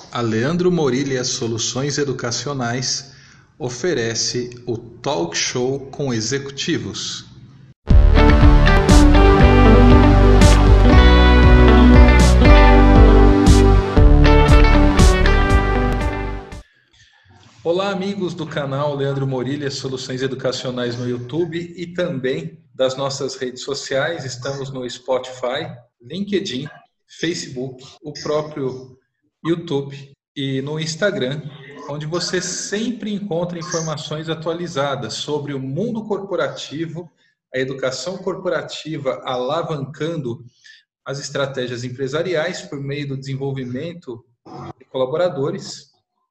A Leandro Morilha Soluções Educacionais oferece o Talk Show com Executivos. Olá, amigos do canal Leandro Morilha Soluções Educacionais no YouTube e também das nossas redes sociais. Estamos no Spotify, LinkedIn, Facebook, o próprio YouTube e no Instagram, onde você sempre encontra informações atualizadas sobre o mundo corporativo, a educação corporativa alavancando as estratégias empresariais por meio do desenvolvimento de colaboradores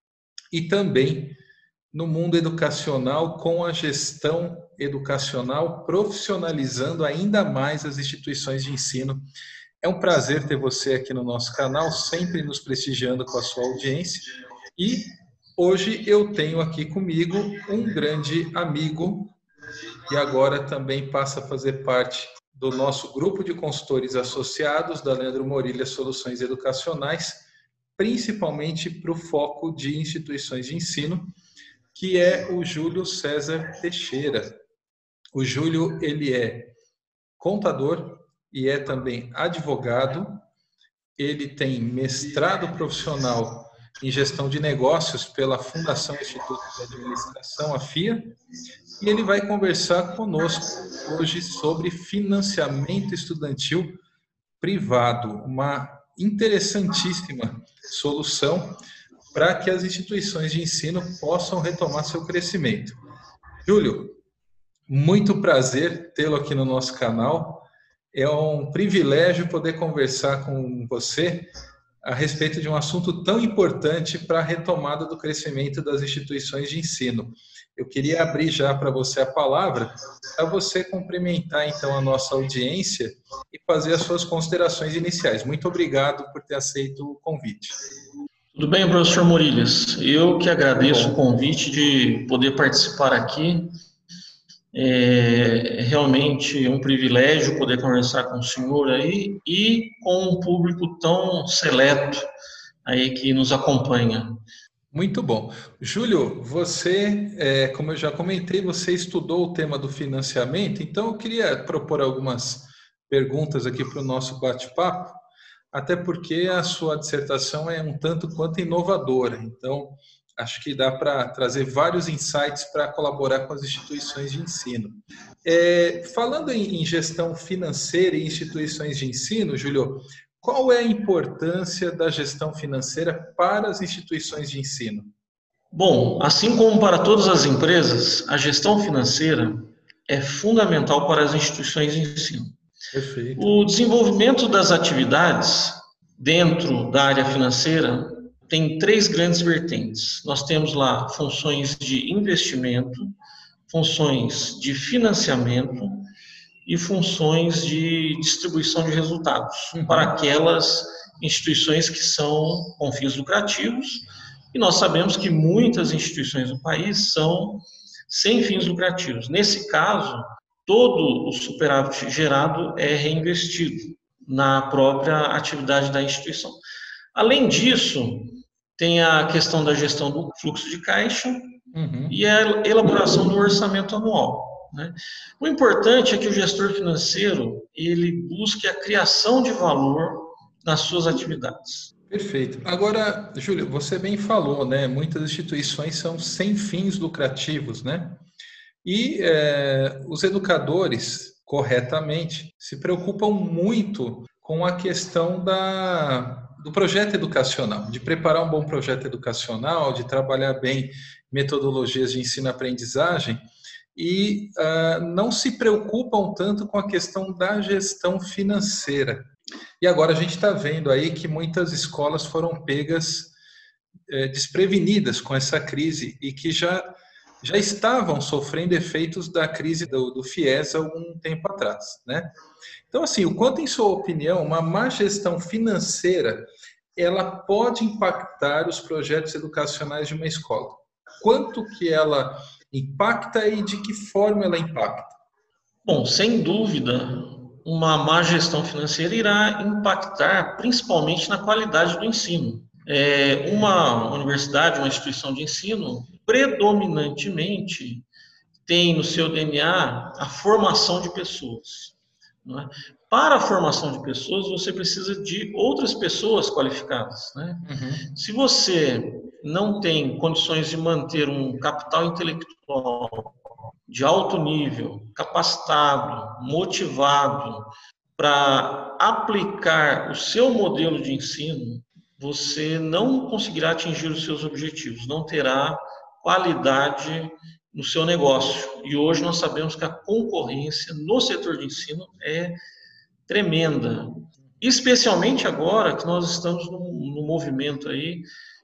e também no mundo educacional com a gestão educacional profissionalizando ainda mais as instituições de ensino. É um prazer ter você aqui no nosso canal, sempre nos prestigiando com a sua audiência. E hoje eu tenho aqui comigo um grande amigo e agora também passa a fazer parte do nosso grupo de consultores associados da Leandro Morilha Soluções Educacionais, principalmente para o foco de instituições de ensino, que é o Júlio César Teixeira. O Júlio, ele é contador e é também advogado. Ele tem mestrado profissional em gestão de negócios pela Fundação Instituto de Administração, a FIA, e ele vai conversar conosco hoje sobre financiamento estudantil privado, uma interessantíssima solução para que as instituições de ensino possam retomar seu crescimento. Júlio, muito prazer tê-lo aqui no nosso canal. É um privilégio poder conversar com você a respeito de um assunto tão importante para a retomada do crescimento das instituições de ensino. Eu queria abrir já para você a palavra, para você cumprimentar então a nossa audiência e fazer as suas considerações iniciais. Muito obrigado por ter aceito o convite. Tudo bem, professor Morilhas? Eu que agradeço o convite de poder participar aqui. É realmente um privilégio poder conversar com o senhor aí e com um público tão seleto aí que nos acompanha. Muito bom. Júlio, você, como eu já comentei, você estudou o tema do financiamento, então eu queria propor algumas perguntas aqui para o nosso bate-papo, até porque a sua dissertação é um tanto quanto inovadora, então acho que dá para trazer vários insights para colaborar com as instituições de ensino. Falando em gestão financeira e instituições de ensino, Júlio, qual é a importância da gestão financeira para as instituições de ensino? Bom, assim como para todas as empresas, a gestão financeira é fundamental para as instituições de ensino. Perfeito. O desenvolvimento das atividades dentro da área financeira tem três grandes vertentes. Nós temos lá funções de investimento, funções de financiamento e funções de distribuição de resultados para aquelas instituições que são com fins lucrativos. E nós sabemos que muitas instituições do país são sem fins lucrativos. Nesse caso, todo o superávit gerado é reinvestido na própria atividade da instituição. Além disso, tem a questão da gestão do fluxo de caixa e a elaboração do orçamento anual. Né? O importante é que o gestor financeiro ele busque a criação de valor nas suas atividades. Perfeito. Agora, Júlio, você bem falou, né? Muitas instituições são sem fins lucrativos, né? E os educadores, corretamente, se preocupam muito com a questão do projeto educacional, de preparar um bom projeto educacional, de trabalhar bem metodologias de ensino-aprendizagem e não se preocupam tanto com a questão da gestão financeira. E agora a gente está vendo aí que muitas escolas foram pegas desprevenidas com essa crise e que já estavam sofrendo efeitos da crise do FIES há algum tempo atrás, né? Então, assim, o quanto, em sua opinião, uma má gestão financeira ela pode impactar os projetos educacionais de uma escola? Quanto que ela impacta e de que forma ela impacta? Bom, sem dúvida, uma má gestão financeira irá impactar principalmente na qualidade do ensino. Uma universidade, uma instituição de ensino, predominantemente tem no seu DNA a formação de pessoas. Não é? Para a formação de pessoas, você precisa de outras pessoas qualificadas. Né? Uhum. Se você não tem condições de manter um capital intelectual de alto nível, capacitado, motivado, para aplicar o seu modelo de ensino, você não conseguirá atingir os seus objetivos, não terá qualidade no seu negócio. E hoje nós sabemos que a concorrência no setor de ensino é tremenda, especialmente agora que nós estamos no movimento aí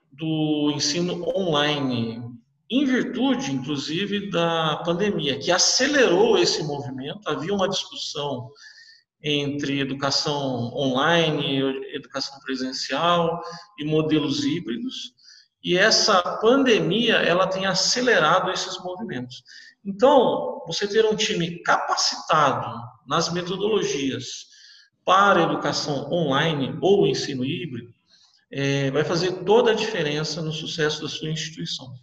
do ensino online, em virtude, inclusive, da pandemia, que acelerou esse movimento. Havia uma discussão entre educação online, educação presencial e modelos híbridos. E essa pandemia, ela tem acelerado esses movimentos. Então, você ter um time capacitado nas metodologias para a educação online ou ensino híbrido, vai fazer toda a diferença no sucesso da sua instituição.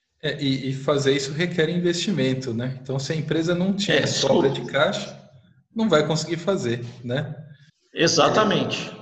E fazer isso requer investimento, né? Então, se a empresa não tinha sobra de caixa, não vai conseguir fazer, né? Exatamente.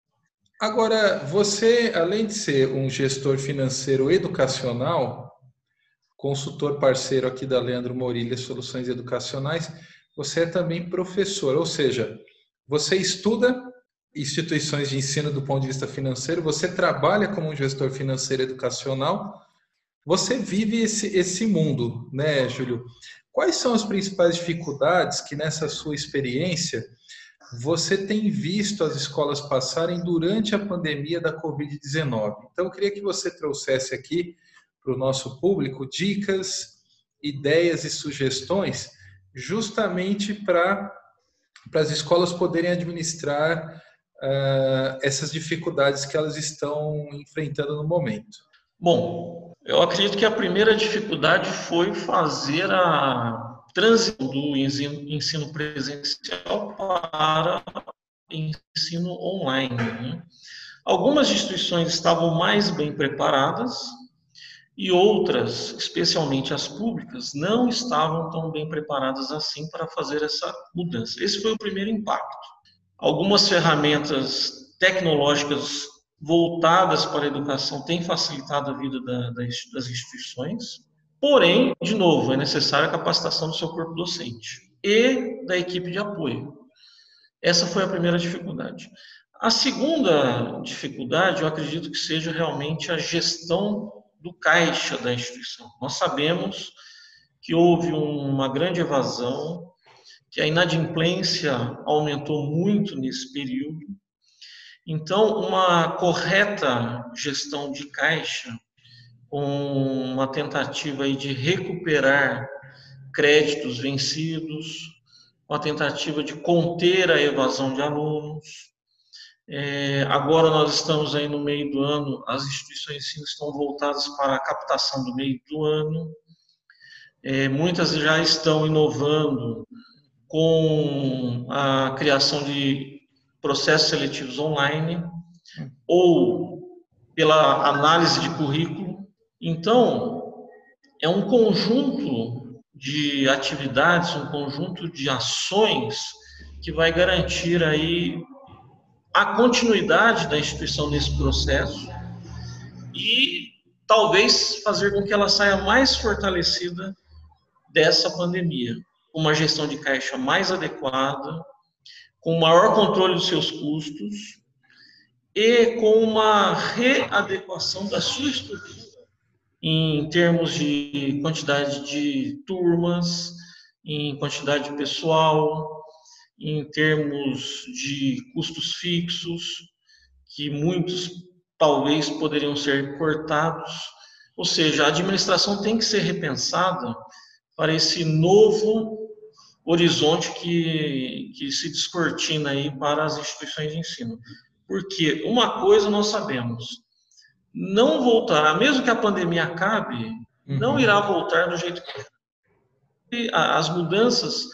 Agora, você, além de ser um gestor financeiro educacional, consultor parceiro aqui da Leandro Morilha Soluções Educacionais, você é também professor, ou seja, você estuda instituições de ensino do ponto de vista financeiro, você trabalha como um gestor financeiro educacional, você vive esse mundo, né, Júlio? Quais são as principais dificuldades que nessa sua experiência você tem visto as escolas passarem durante a pandemia da Covid-19? Então, eu queria que você trouxesse aqui para o nosso público dicas, ideias e sugestões justamente para as escolas poderem administrar essas dificuldades que elas estão enfrentando no momento. Bom, eu acredito que a primeira dificuldade foi fazer a transição do ensino presencial para ensino online. Né? Algumas instituições estavam mais bem preparadas e outras, especialmente as públicas, não estavam tão bem preparadas assim para fazer essa mudança. Esse foi o primeiro impacto. Algumas ferramentas tecnológicas voltadas para a educação têm facilitado a vida das instituições, porém, de novo, é necessária a capacitação do seu corpo docente e da equipe de apoio. Essa foi a primeira dificuldade. A segunda dificuldade, eu acredito que seja realmente a gestão do caixa da instituição. Nós sabemos que houve uma grande evasão, que a inadimplência aumentou muito nesse período. Então, uma correta gestão de caixa, com uma tentativa aí de recuperar créditos vencidos, uma tentativa de conter a evasão de alunos. Agora nós estamos aí no meio do ano, as instituições de ensino estão voltadas para a captação do meio do ano. Muitas já estão inovando com a criação de processos seletivos online ou pela análise de currículo. Então, é um conjunto de atividades, um conjunto de ações que vai garantir aí a continuidade da instituição nesse processo e talvez fazer com que ela saia mais fortalecida dessa pandemia, com uma gestão de caixa mais adequada, com maior controle dos seus custos e com uma readequação da sua estrutura em termos de quantidade de turmas, em quantidade de pessoal, em termos de custos fixos, que muitos talvez poderiam ser cortados. Ou seja, a administração tem que ser repensada para esse novo horizonte que se descortina aí para as instituições de ensino. Porque uma coisa nós sabemos, não voltará, mesmo que a pandemia acabe, não irá voltar do jeito que era. As mudanças,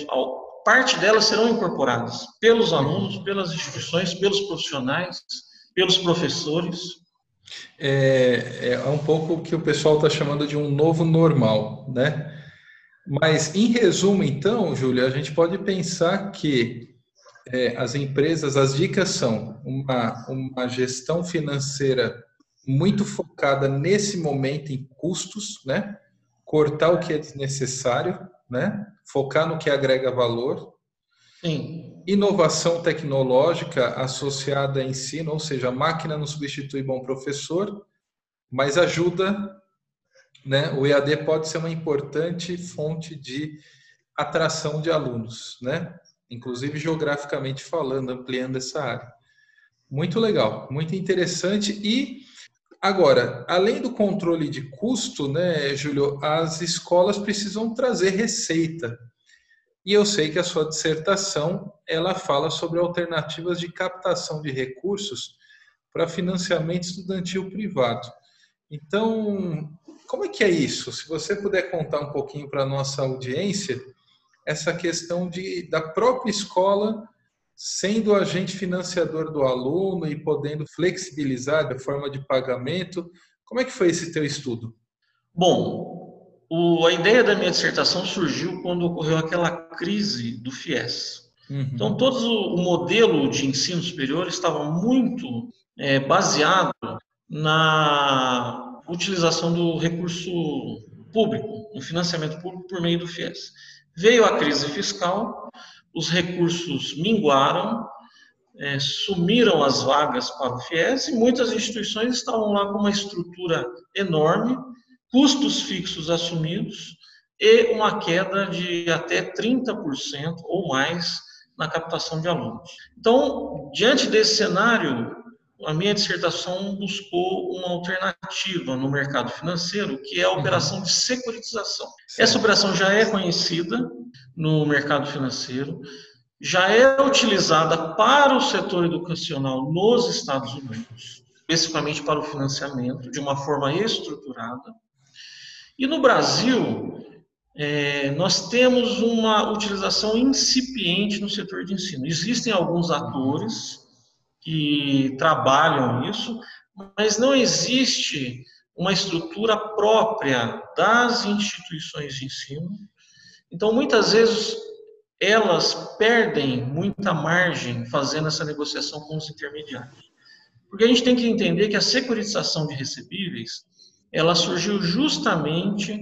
parte delas serão incorporadas pelos alunos, pelas instituições, pelos profissionais, pelos professores. É um pouco o que o pessoal está chamando de um novo normal, né? Mas, em resumo, então, Júlio, a gente pode pensar que as empresas, as dicas são uma gestão financeira muito focada nesse momento em custos, né? Cortar o que é desnecessário, né? Focar no que agrega valor. Sim. Inovação tecnológica associada a ensino, ou seja, a máquina não substitui bom professor, mas ajuda, né? O EAD pode ser uma importante fonte de atração de alunos, né? Inclusive geograficamente falando, ampliando essa área. Muito legal, muito interessante. E agora, além do controle de custo, né, Júlio, as escolas precisam trazer receita. E eu sei que a sua dissertação, ela fala sobre alternativas de captação de recursos para financiamento estudantil privado. Então, como é que é isso? Se você puder contar um pouquinho para a nossa audiência, essa questão da própria escola sendo agente financiador do aluno e podendo flexibilizar a forma de pagamento. Como é que foi esse teu estudo? Bom, a ideia da minha dissertação surgiu quando ocorreu aquela crise do FIES. Então, todo o modelo de ensino superior estava muito baseado na utilização do recurso público, no financiamento público por meio do FIES. Veio a crise fiscal, os recursos minguaram, sumiram as vagas para o FIES e muitas instituições estavam lá com uma estrutura enorme, custos fixos assumidos e uma queda de até 30% ou mais na captação de alunos. Então, diante desse cenário, a minha dissertação buscou uma alternativa no mercado financeiro, que é a operação de securitização. Essa operação já é conhecida no mercado financeiro, já é utilizada para o setor educacional nos Estados Unidos, especificamente para o financiamento, de uma forma estruturada. E no Brasil, nós temos uma utilização incipiente no setor de ensino. Existem alguns atores que trabalham isso, mas não existe uma estrutura própria das instituições de ensino. Então, muitas vezes, elas perdem muita margem fazendo essa negociação com os intermediários. Porque a gente tem que entender que a securitização de recebíveis, ela surgiu justamente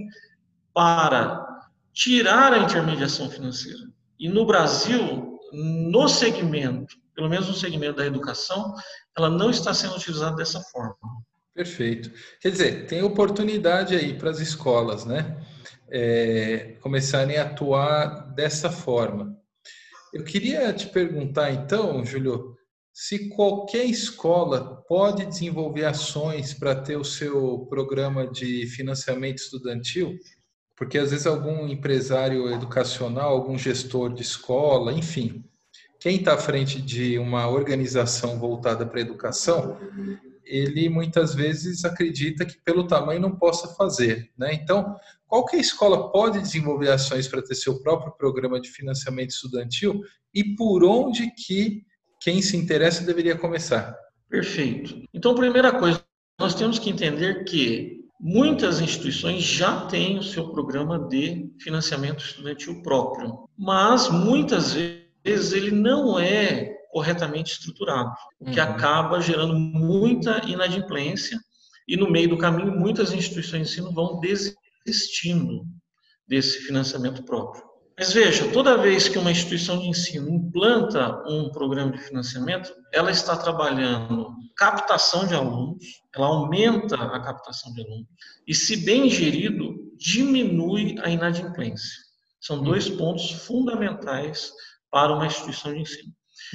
para tirar a intermediação financeira. E no Brasil, no segmento, pelo menos no segmento da educação, ela não está sendo utilizada dessa forma. Perfeito. Quer dizer, tem oportunidade aí para as escolas, né? Começarem a atuar dessa forma. Eu queria te perguntar então, Júlio, se qualquer escola pode desenvolver ações para ter o seu programa de financiamento estudantil, porque às vezes algum empresário educacional, algum gestor de escola, enfim, quem está à frente de uma organização voltada para a educação, ele muitas vezes acredita que pelo tamanho não possa fazer, né? Então, qualquer escola pode desenvolver ações para ter seu próprio programa de financiamento estudantil e por onde que quem se interessa deveria começar? Perfeito. Então, primeira coisa, nós temos que entender que muitas instituições já têm o seu programa de financiamento estudantil próprio, mas muitas vezes ele não é corretamente estruturado, o que acaba gerando muita inadimplência e no meio do caminho muitas instituições de ensino vão desistindo desse financiamento próprio. Mas veja, toda vez que uma instituição de ensino implanta um programa de financiamento, ela está trabalhando captação de alunos, ela aumenta a captação de alunos e, se bem gerido, diminui a inadimplência. São dois pontos fundamentais para uma instituição de ensino.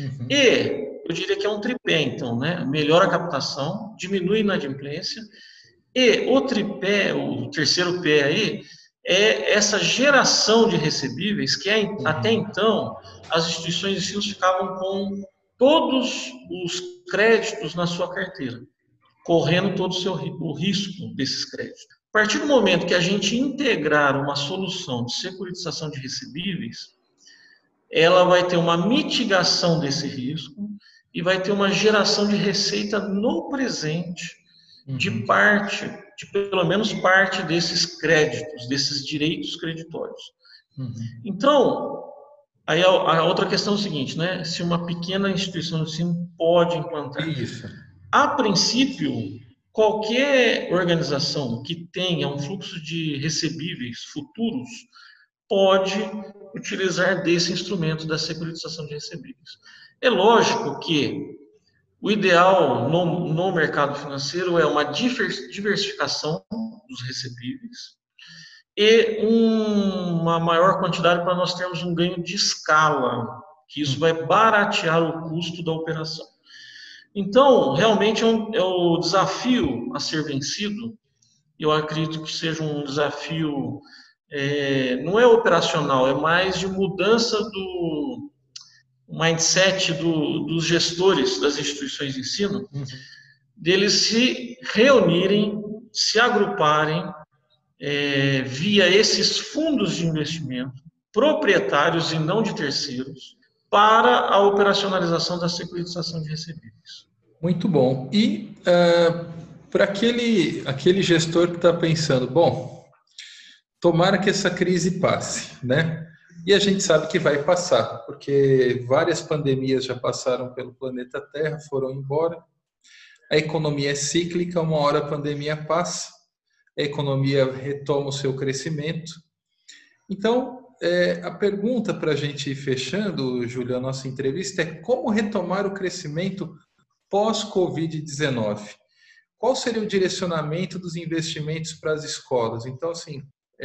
E eu diria que é um tripé, então, né? Melhora a captação, diminui a inadimplência e o tripé, o terceiro pé aí, é essa geração de recebíveis que até então as instituições de ensino ficavam com todos os créditos na sua carteira, correndo todo o risco desses créditos. A partir do momento que a gente integrar uma solução de securitização de recebíveis, ela vai ter uma mitigação desse risco e vai ter uma geração de receita no presente de parte, de pelo menos parte desses créditos, desses direitos creditórios. Então, aí a outra questão é o seguinte, né? Se uma pequena instituição de ensino pode implantar. Isso. A princípio, qualquer organização que tenha um fluxo de recebíveis futuros pode utilizar desse instrumento da securitização de recebíveis. É lógico que o ideal no mercado financeiro é uma diversificação dos recebíveis e uma maior quantidade para nós termos um ganho de escala, que isso vai baratear o custo da operação. Então, realmente é o desafio a ser vencido. Eu acredito que seja um desafio, não é operacional, é mais de mudança do mindset dos gestores das instituições de ensino, deles se reunirem, se agruparem via esses fundos de investimento, proprietários e não de terceiros, para a operacionalização da securitização de recebíveis. Muito bom. E para aquele gestor que está pensando, bom, tomara que essa crise passe, né? E a gente sabe que vai passar, porque várias pandemias já passaram pelo planeta Terra, foram embora. A economia é cíclica, uma hora a pandemia passa, a economia retoma o seu crescimento. Então, a pergunta para a gente ir fechando, Júlio, a nossa entrevista é como retomar o crescimento pós-Covid-19? Qual seria o direcionamento dos investimentos para as escolas? Então, assim,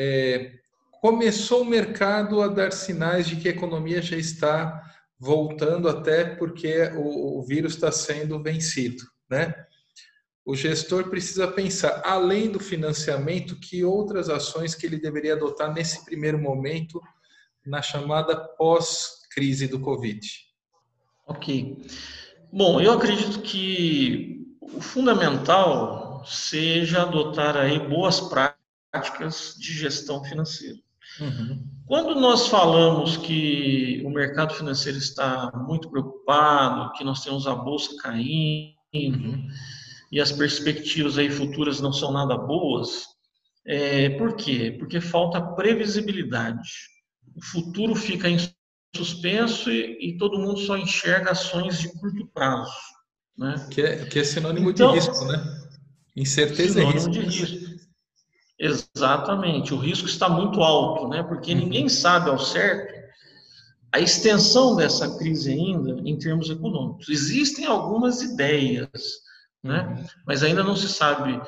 começou o mercado a dar sinais de que a economia já está voltando, até porque o vírus está sendo vencido, né? O gestor precisa pensar, além do financiamento, que outras ações que ele deveria adotar nesse primeiro momento, na chamada pós-crise do Covid. Ok. Bom, eu acredito que o fundamental seja adotar aí boas práticas de gestão financeira. Quando nós falamos que o mercado financeiro está muito preocupado, que nós temos a bolsa caindo, e as perspectivas aí futuras não são nada boas, por quê? Porque falta previsibilidade. O futuro fica em suspenso e todo mundo só enxerga ações de curto prazo, né? Que é sinônimo de risco, né? Incerteza é risco. Sinônimo de risco. Exatamente. O risco está muito alto, né? Porque ninguém sabe ao certo a extensão dessa crise ainda em termos econômicos. Existem algumas ideias, né? Mas ainda não se sabe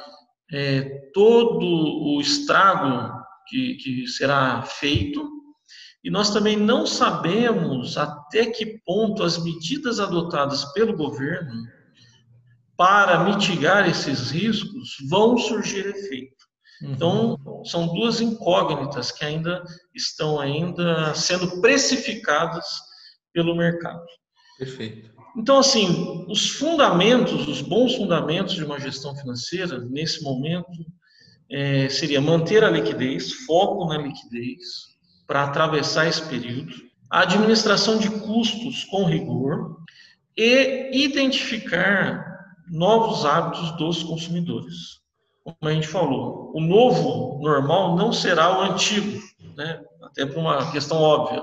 todo o estrago que será feito, e nós também não sabemos até que ponto as medidas adotadas pelo governo para mitigar esses riscos vão surgir efeito. Então, são duas incógnitas que ainda estão sendo precificadas pelo mercado. Perfeito. Então, assim, os bons fundamentos de uma gestão financeira, nesse momento, seria manter a liquidez, foco na liquidez, para atravessar esse período, a administração de custos com rigor e identificar novos hábitos dos consumidores. Como a gente falou, o novo normal não será o antigo, né? Até por uma questão óbvia.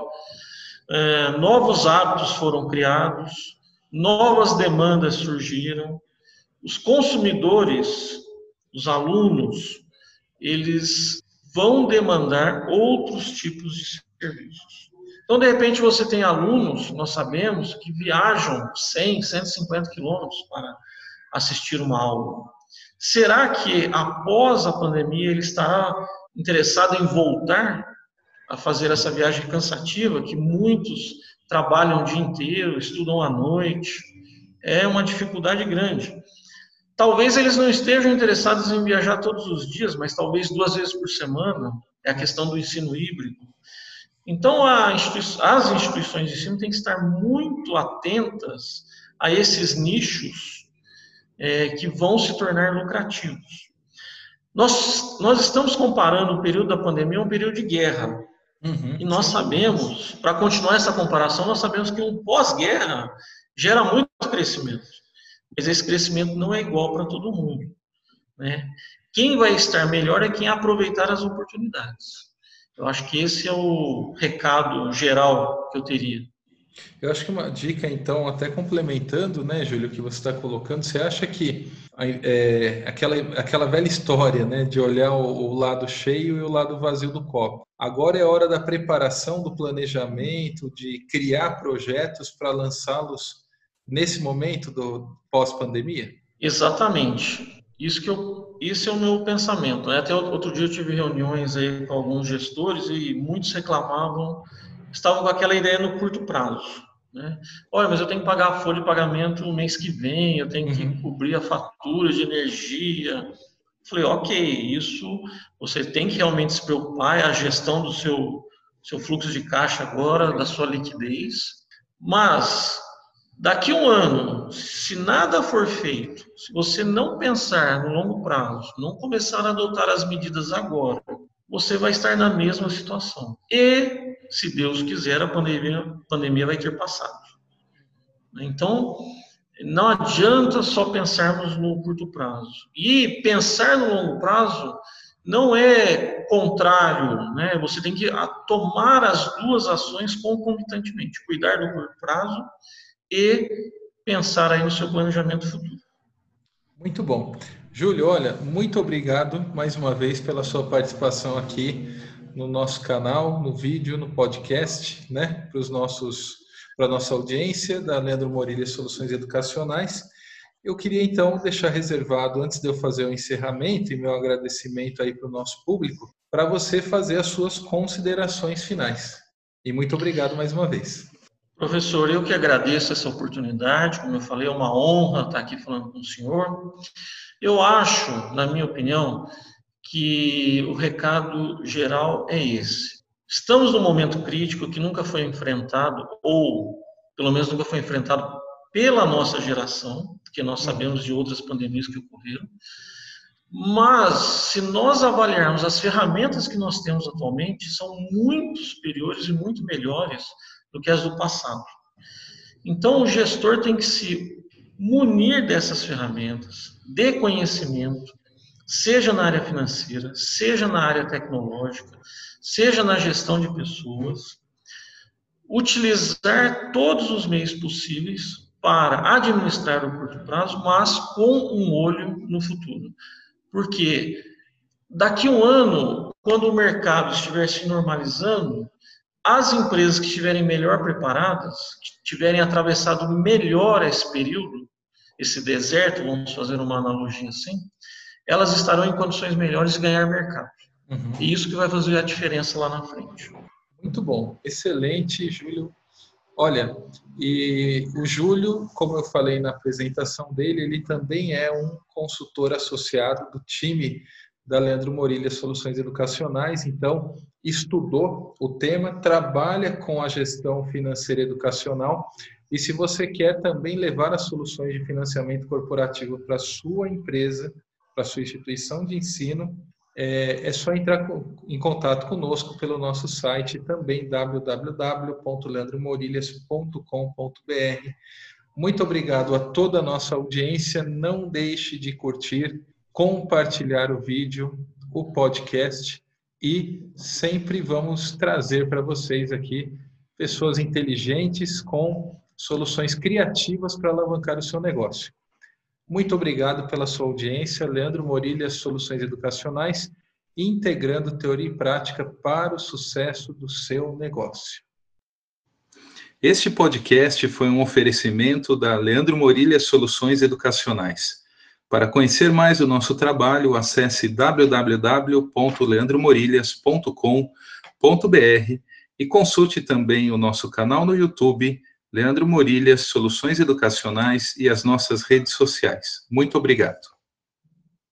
Novos hábitos foram criados, novas demandas surgiram, os consumidores, os alunos, eles vão demandar outros tipos de serviços. Então, de repente, você tem alunos, nós sabemos, que viajam 100, 150 quilômetros para assistir uma aula. Será que, após a pandemia, ele estará interessado em voltar a fazer essa viagem cansativa, que muitos trabalham o dia inteiro, estudam à noite? É uma dificuldade grande. Talvez eles não estejam interessados em viajar todos os dias, mas talvez 2 vezes por semana. É a questão do ensino híbrido. Então, as instituições de ensino têm que estar muito atentas a esses nichos que vão se tornar lucrativos. Nós estamos comparando o período da pandemia a um período de guerra. E nós sabemos, para continuar essa comparação, nós sabemos que um pós-guerra gera muito crescimento, mas esse crescimento não é igual para todo mundo, né? Quem vai estar melhor é quem aproveitar as oportunidades. Eu acho que esse é o recado geral que eu teria. Eu acho que uma dica, então, até complementando, né, Júlio, que você está colocando, você acha que aquela velha história, né, de olhar o lado cheio e o lado vazio do copo. Agora é hora da preparação, do planejamento, de criar projetos para lançá-los nesse momento do pós-pandemia? Exatamente. Esse é o meu pensamento, né? Até outro dia eu tive reuniões aí com alguns gestores e muitos reclamavam, estavam com aquela ideia no curto prazo, né? Olha, mas eu tenho que pagar a folha de pagamento no mês que vem, eu tenho que cobrir a fatura de energia. Falei, ok, isso você tem que realmente se preocupar, é a gestão do seu fluxo de caixa agora, da sua liquidez, mas daqui a um ano, se nada for feito, se você não pensar no longo prazo, não começar a adotar as medidas agora, você vai estar na mesma situação. E, se Deus quiser, a pandemia vai ter passado. Então, não adianta só pensarmos no curto prazo. E pensar no longo prazo não é contrário, né? Você tem que tomar as duas ações concomitantemente. Cuidar do curto prazo e pensar aí no seu planejamento futuro. Muito bom. Júlio, olha, muito obrigado mais uma vez pela sua participação aqui no nosso canal, no vídeo, no podcast, né, para a nossa audiência da Leandro Morilha Soluções Educacionais. Eu queria então deixar reservado, antes de eu fazer o encerramento e meu agradecimento aí para o nosso público, para você fazer as suas considerações finais. E muito obrigado mais uma vez. Professor, eu que agradeço essa oportunidade, como eu falei, é uma honra estar aqui falando com o senhor. Eu acho, na minha opinião, que o recado geral é esse. Estamos num momento crítico que nunca foi enfrentado, ou pelo menos nunca foi enfrentado pela nossa geração, porque nós sabemos de outras pandemias que ocorreram. Mas, se nós avaliarmos as ferramentas que nós temos atualmente, são muito superiores e muito melhores do que as do passado. Então, o gestor tem que se munir dessas ferramentas, de conhecimento, seja na área financeira, seja na área tecnológica, seja na gestão de pessoas, utilizar todos os meios possíveis para administrar o curto prazo, mas com um olho no futuro. Porque daqui a um ano, quando o mercado estiver se normalizando, as empresas que estiverem melhor preparadas, que tiverem atravessado melhor esse período, esse deserto, vamos fazer uma analogia assim, elas estarão em condições melhores de ganhar mercado. E isso que vai fazer a diferença lá na frente. Muito bom, excelente, Júlio. Olha, e o Júlio, como eu falei na apresentação dele, ele também é um consultor associado do time da Leandro Morilha Soluções Educacionais, então estudou o tema, trabalha com a gestão financeira educacional e se você quer também levar as soluções de financiamento corporativo para a sua empresa, para a sua instituição de ensino, é só entrar em contato conosco pelo nosso site também www.leandromorilhas.com.br. Muito obrigado a toda a nossa audiência. Não deixe de curtir, compartilhar o vídeo, o podcast e sempre vamos trazer para vocês aqui pessoas inteligentes com soluções criativas para alavancar o seu negócio. Muito obrigado pela sua audiência. Leandro Morilha Soluções Educacionais, integrando teoria e prática para o sucesso do seu negócio. Este podcast foi um oferecimento da Leandro Morilha Soluções Educacionais. Para conhecer mais o nosso trabalho, acesse www.leandromorilhas.com.br e consulte também o nosso canal no YouTube, Leandro Morilha Soluções Educacionais, e as nossas redes sociais. Muito obrigado.